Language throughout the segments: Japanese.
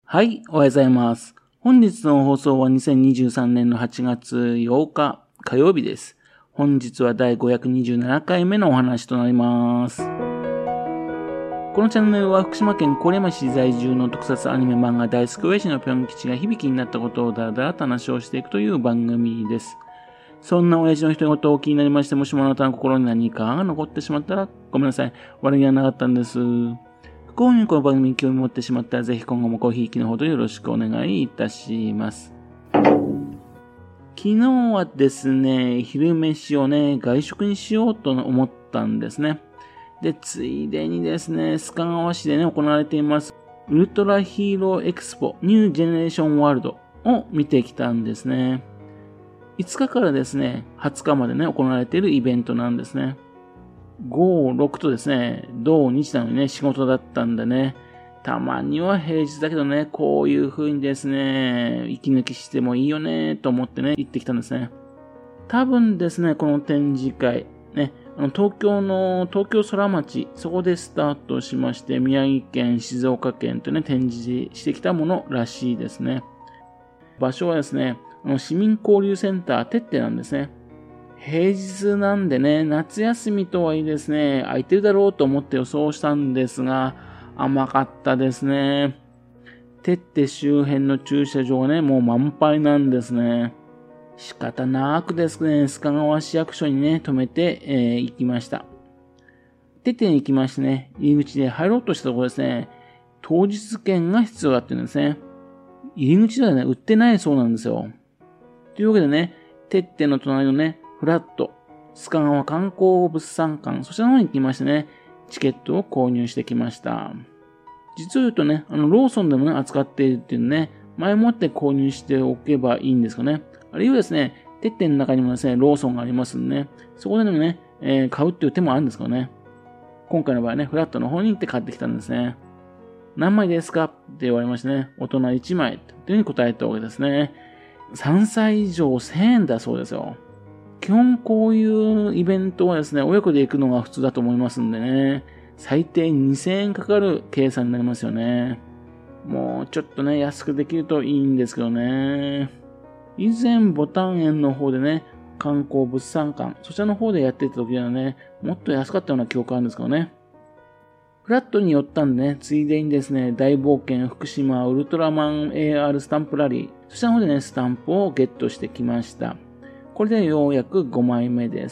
はい、おはようございます。本日の放送は2023年の8月8日火曜日です。本日は第527回目のお話となります。このチャンネルは福島県郡山市在住の特撮アニメ漫画大好き親父のぴょん吉が響きになったことをだらだらと話をしていくという番組です。そんな親父の一言を気になりまして、もしもあなたの心に何かが残ってしまったらごめんなさい。悪気はなかったんです。不幸にこの番組に興味持ってしまったら、ぜひ今後もごひいきのほどよろしくお願いいたします。昨日はですね、昼飯をね、外食にしようと思ったんですね。で、ついでにですね、須賀川市でね、行われています、ウルトラヒーローエクスポニュージェネレーションワールドを見てきたんですね。5日からですね、20日までね、行われているイベントなんですね。5、6とですね、土日なのにね、仕事だったんでね、たまには平日だけどね、こういう風にですね、息抜きしてもいいよね、と思ってね、行ってきたんですね。多分ですね、この展示会、ね、東京空町、そこでスタートしまして、宮城県、静岡県とね、展示してきたものらしいですね。場所はですね、市民交流センター、てってなんですね。平日なんでね、夏休みとはいえですね、空いてるだろうと思って予想したんですが、甘かったですね。てって周辺の駐車場はね、もう満杯なんですね。仕方なくですね、須賀川市役所にね、止めて、行きました。てってに行きましてね、入り口で入ろうとしたところですね、当日券が必要だって言うんですね。入り口ではね、売ってないそうなんですよ。というわけでね、てっての隣のね、フラット、須賀川観光物産館、そちらの方に行きましてね、チケットを購入してきました。実を言うとね、ローソンでもね、扱っているっていうね、前もって購入しておけばいいんですかね。あるいはですね、てっての中にもですね、ローソンがありますんでね、そこでもね、買うっていう手もあるんですかね。今回の場合ね、フラットの方に行って買ってきたんですね。何枚ですかって言われましてね、大人1枚というふうに答えたわけですね。3歳以上1000円だそうですよ。基本こういうイベントはですね、親子で行くのが普通だと思いますんでね、最低2000円かかる計算になりますよね。もうちょっとね、安くできるといいんですけどね。以前ボタン園の方でね、観光物産館、そちらの方でやってた時はね、もっと安かったような記憶あるんですけどね。フラットに寄ったんでね、ついでにですね、大冒険福島ウルトラマン AR スタンプラリー、そちらの方でね、スタンプをゲットしてきました。これでようやく5枚目です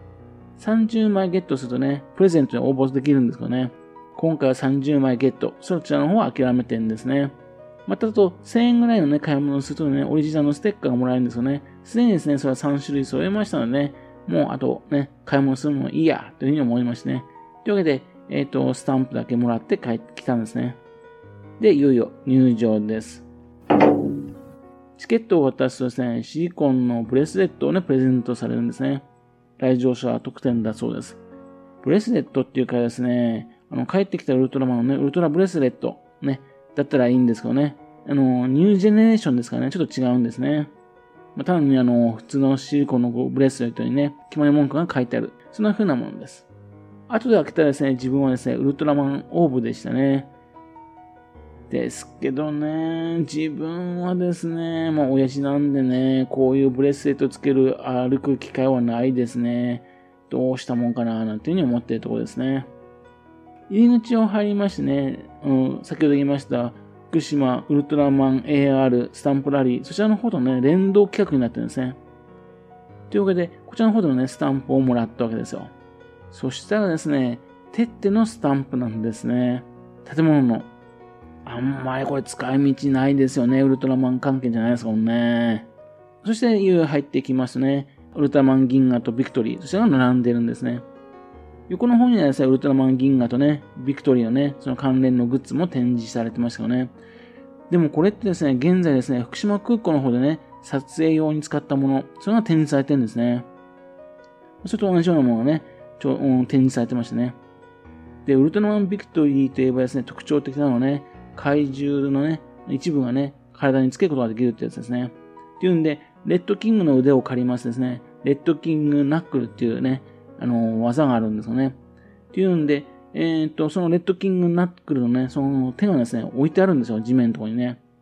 。30枚ゲットするとね、プレゼントに応募できるんですけどね、今回は30枚ゲット、そちらの方は諦めてるんですね。またあと、1000円ぐらいのね、買い物をするとね、オリジナルのステッカーがもらえるんですよね。すでにですね、それは3種類揃えましたのでね、もうあとね、買い物するのもいいや、というふうに思いましてね。というわけで、スタンプだけもらって帰ってきたんですね。で、いよいよ入場です。チケットを渡すとですね、シリコンのブレスレットをね、プレゼントされるんですね。来場者は特典だそうです。ブレスレットっていうかですね、帰ってきたウルトラマンのね、ウルトラブレスレット、ね、だったらいいんですけどね、ニュージェネレーションですからね、ちょっと違うんですね。単に普通のシリコンのブレスレットにね、決まり文句が書いてある。そんな風なものです。後で開けたらですね、自分はですね、ウルトラマンオーブでしたね。ですけどね、自分はですね、まあ親父なんでね、こういうブレスレットつける、歩く機会はないですね。どうしたもんかな、なんていうふうに思っているところですね。入り口を入りましてね、先ほど言いました、福島ウルトラマン AR スタンプラリー、そちらの方とね、連動企画になってるんですね。というわけで、こちらの方でのね、スタンプをもらったわけですよ。そしたらですね、てってのスタンプなんですね。建物の。あんまりこれ使い道ないですよね。ウルトラマン関係じゃないですもんね。そして、いよいよ入ってきますね。ウルトラマン銀河とビクトリー、そちらが並んでるんですね。横の方にはですね、ウルトラマン銀河とね、ビクトリーのね、その関連のグッズも展示されてますよね。でもこれってですね、現在ですね、福島空港の方でね、撮影用に使ったもの、それが展示されてるんですね。それと同じようなものがね、展示されてましたね。で、ウルトラマンビクトリーといえばですね、特徴的なのはね、怪獣のね、一部がね、体につけることができるってやつですね。っていうんで、レッドキングの腕を借りますですね、レッドキングナックルっていうね、技があるんですよね。っていうんで、そのレッドキングナックルのね、その手がですね、置いてあるんですよ、地面のところにね。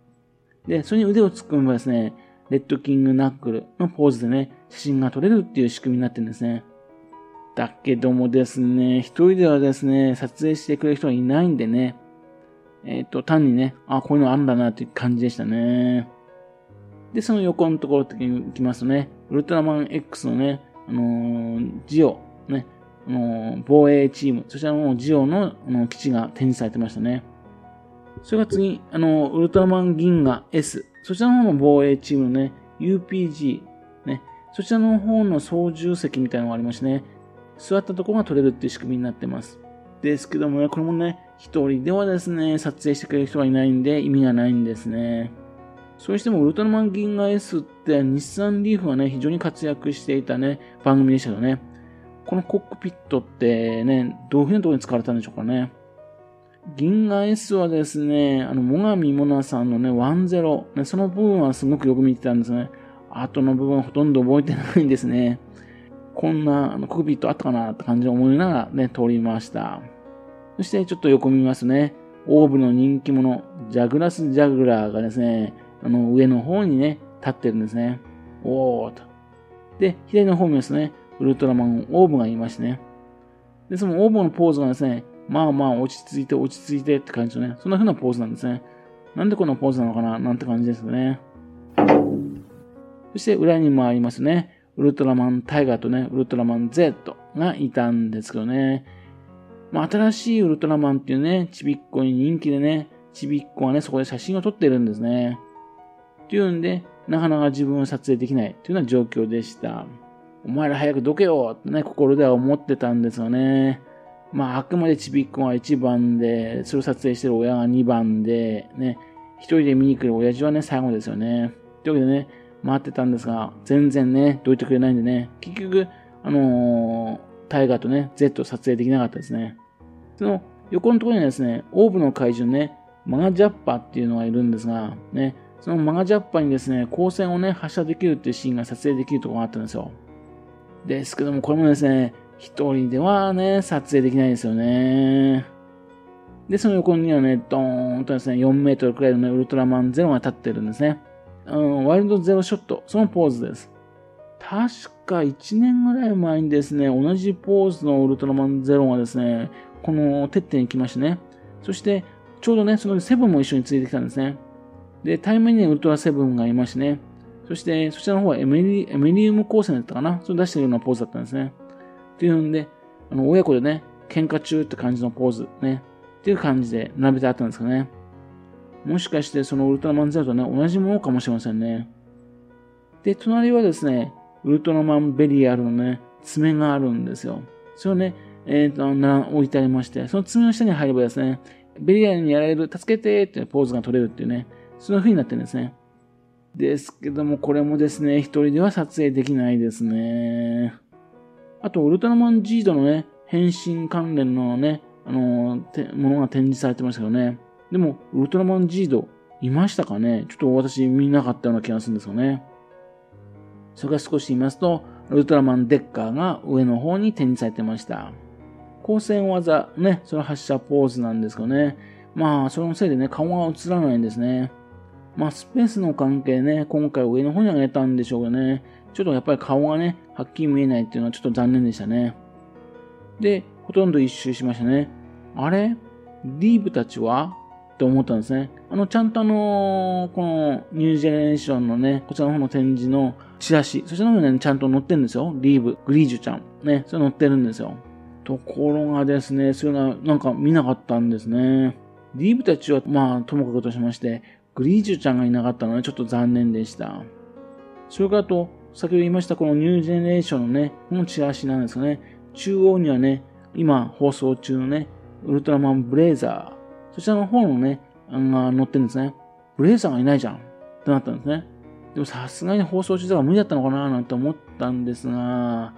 で、それに腕を突っ込めばですね、レッドキングナックルのポーズでね、写真が撮れるっていう仕組みになってるんですね。だけどもですね、一人ではですね、撮影してくれる人がいないんでね、単にね、こういうのあるんだなっていう感じでしたね。で、その横のところって行きますとね、ウルトラマン X のね、ジオ、ね、防衛チーム、そちらのジオの基地が展示されてましたね。それが次、ウルトラマン銀河 S、そちらの方の防衛チームのね、UPG、ね、そちらの方の操縦席みたいなのがありましてね、座ったところが撮れるっていう仕組みになってます。ですけどもね、これもね、一人ではですね、撮影してくれる人がいないんで意味がないんですね。それしてもウルトラマン銀河 S って日産リーフがね、非常に活躍していたね、番組でしたよね。このコックピットってね、どういうふうなところに使われたんでしょうかね。銀河 S はですね、最上もなさんのね、10、ね、その部分はすごくよく見てたんですね。後の部分はほとんど覚えてないんですね。こんなコックピットあったかなって感じで思いながらね、通りました。そしてちょっと横見ますね。オーブの人気者、ジャグラス・ジャグラーがですね、上の方にね、立ってるんですね。おーと。で、左の方にですね、ウルトラマンオーブがいましてね。で、そのオーブのポーズがですね、まあまあ落ち着いてって感じのね、そんな風なポーズなんですね。なんでこのポーズなのかななんて感じですね。そして裏にもありますね。ウルトラマンタイガーとね、ウルトラマン Z がいたんですけどね。まあ、新しいウルトラマンっていうね、ちびっこに人気でね、ちびっこがね、そこで写真を撮ってるんですね。っていうんで、なかなか自分を撮影できないというような状況でした。お前ら早くどけよってね、心では思ってたんですよね。まあ、あくまでちびっこが1番で、それを撮影してる親が2番で、ね、一人で見に来る親父はね、最後ですよね。というわけでね、待ってたんですが、全然ね、どいてくれないんでね、結局、タイガーとね、Z を撮影できなかったですね。その横のところにはですね、オーブの怪獣ね、マガジャッパっていうのがいるんですが、ね、そのマガジャッパにですね、光線をね、発射できるっていうシーンが撮影できるところがあったんですよ。ですけども、これもですね、一人ではね、撮影できないですよね。で、その横にはね、ドーンとですね、4メートルくらいのね、ウルトラマンゼロが立ってるんですね。ワイルドゼロショット、そのポーズです。確か1年ぐらい前にですね、同じポーズのウルトラマンゼロがですね、このてってに来ましてね。そして、ちょうどね、そのセブンも一緒についてきたんですね。で、対面にウルトラセブンがいましてね。そして、そちらの方はエメリウム光線だったかな、それ出してるようなポーズだったんですね。っていうんで、親子でね、喧嘩中って感じのポーズね。っていう感じで並べてあったんですかね。もしかしてそのウルトラマンゼロとね、同じものかもしれませんね。で、隣はですね、ウルトラマンベリアルのね、爪があるんですよ。それをね、置いてありまして、その爪の下に入ればですね、ベリアルにやられる、助けてっていうポーズが取れるっていうね、その風になってるんですね。ですけども、これもですね、一人では撮影できないですね。あと、ウルトラマンジードのね、変身関連のね、ものが展示されてましたけどね。でも、ウルトラマンジード、いましたかね？ちょっと私見なかったような気がするんですよね。それから少し言いますと、ウルトラマンデッカーが上の方に展示されてました。光線技、ね、その発射ポーズなんですけどね。まあ、そのせいでね、顔が映らないんですね。まあ、スペースの関係ね、今回上の方に上げたんでしょうけどね。ちょっとやっぱり顔がね、はっきり見えないっていうのはちょっと残念でしたね。で、ほとんど一周しましたね。あれ？リーブたちはって思ったんですね。ちゃんとこのニュージェネレーションのね、こちらの方の展示のチラシ、そちらの方にね、ちゃんと載ってるんですよ。リーブ、グリージュちゃん。ね、それ載ってるんですよ。ところがですね、それがなんか見なかったんですね。リーブたちはまあ、ともかくとしまして、グリージュちゃんがいなかったのはちょっと残念でした。それからと、先ほど言いましたこのニュージェネレーションのね、このチラシなんですかね。中央にはね、今放送中のね、ウルトラマンブレイザー。そちらの方のね、が載ってるんですね。ブレイザーがいないじゃんってなったんですね。でもさすがに放送中だから無理だったのかななんて思ったんですが、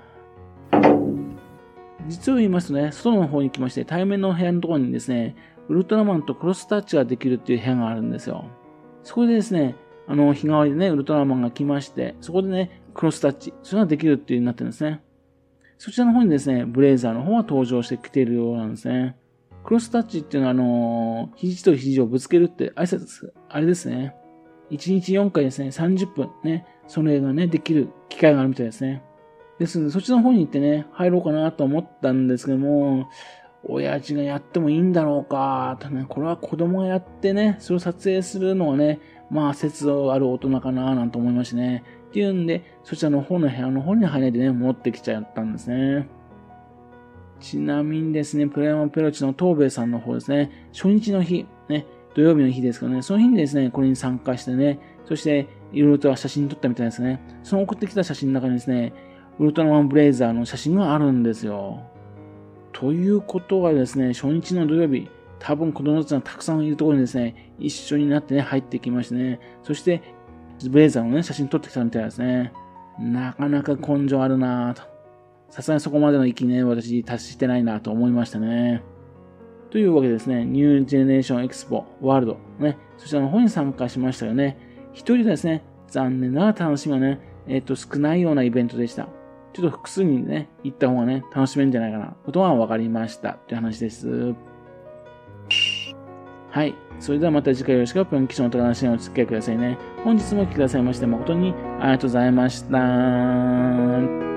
実を言いますとね、外の方に来まして、対面の部屋のところにですね、ウルトラマンとクロスタッチができるっていう部屋があるんですよ。そこでですね、日替わりでね、ウルトラマンが来まして、そこでね、クロスタッチ、それができるっていうになってるんですね。そちらの方にですね、ブレイザーの方は登場してきているようなんですね。クロスタッチっていうのは、肘と肘をぶつけるって挨拶、あれですね。 1日4回ですね、30分ね、それがね、できる機会があるみたいですね。ですので、そっちの方に行ってね、入ろうかなと思ったんですけども、親父がやってもいいんだろうか、とね、これは子供がやってね、それを撮影するのはね、まあ、節度ある大人かな、なんて思いましてね。っていうんで、そちらの方の部屋の方に入れてね、戻ってきちゃったんですね。ちなみにですね、プレマペロチの東兵衛さんの方ですね、初日の日、ね、土曜日の日ですけどね、その日にですね、これに参加してね、そして、いろいろと写真撮ったみたいですね。その送ってきた写真の中にですね、ウルトラマンブレイザーの写真があるんですよ。ということはですね、初日の土曜日、多分子供たちがたくさんいるところにですね、一緒になってね、入ってきましてね、そして、ブレイザーのね、写真撮ってきたみたいですね。なかなか根性あるなぁと。さすがにそこまでの域にね、私達してないなと思いましたね。というわけでですね、ニュージェネレーションエクスポワールド、ね、そちらの方に参加しましたよね。一人でですね、残念ながら楽しみはね、少ないようなイベントでした。ちょっと複数にね、行った方がね、楽しめるんじゃないかな、ことは分かりました。という話です。はい。それではまた次回よろしくぴょん吉のお話にお付き合いくださいね。本日もお聞きくださいまして誠にありがとうございました。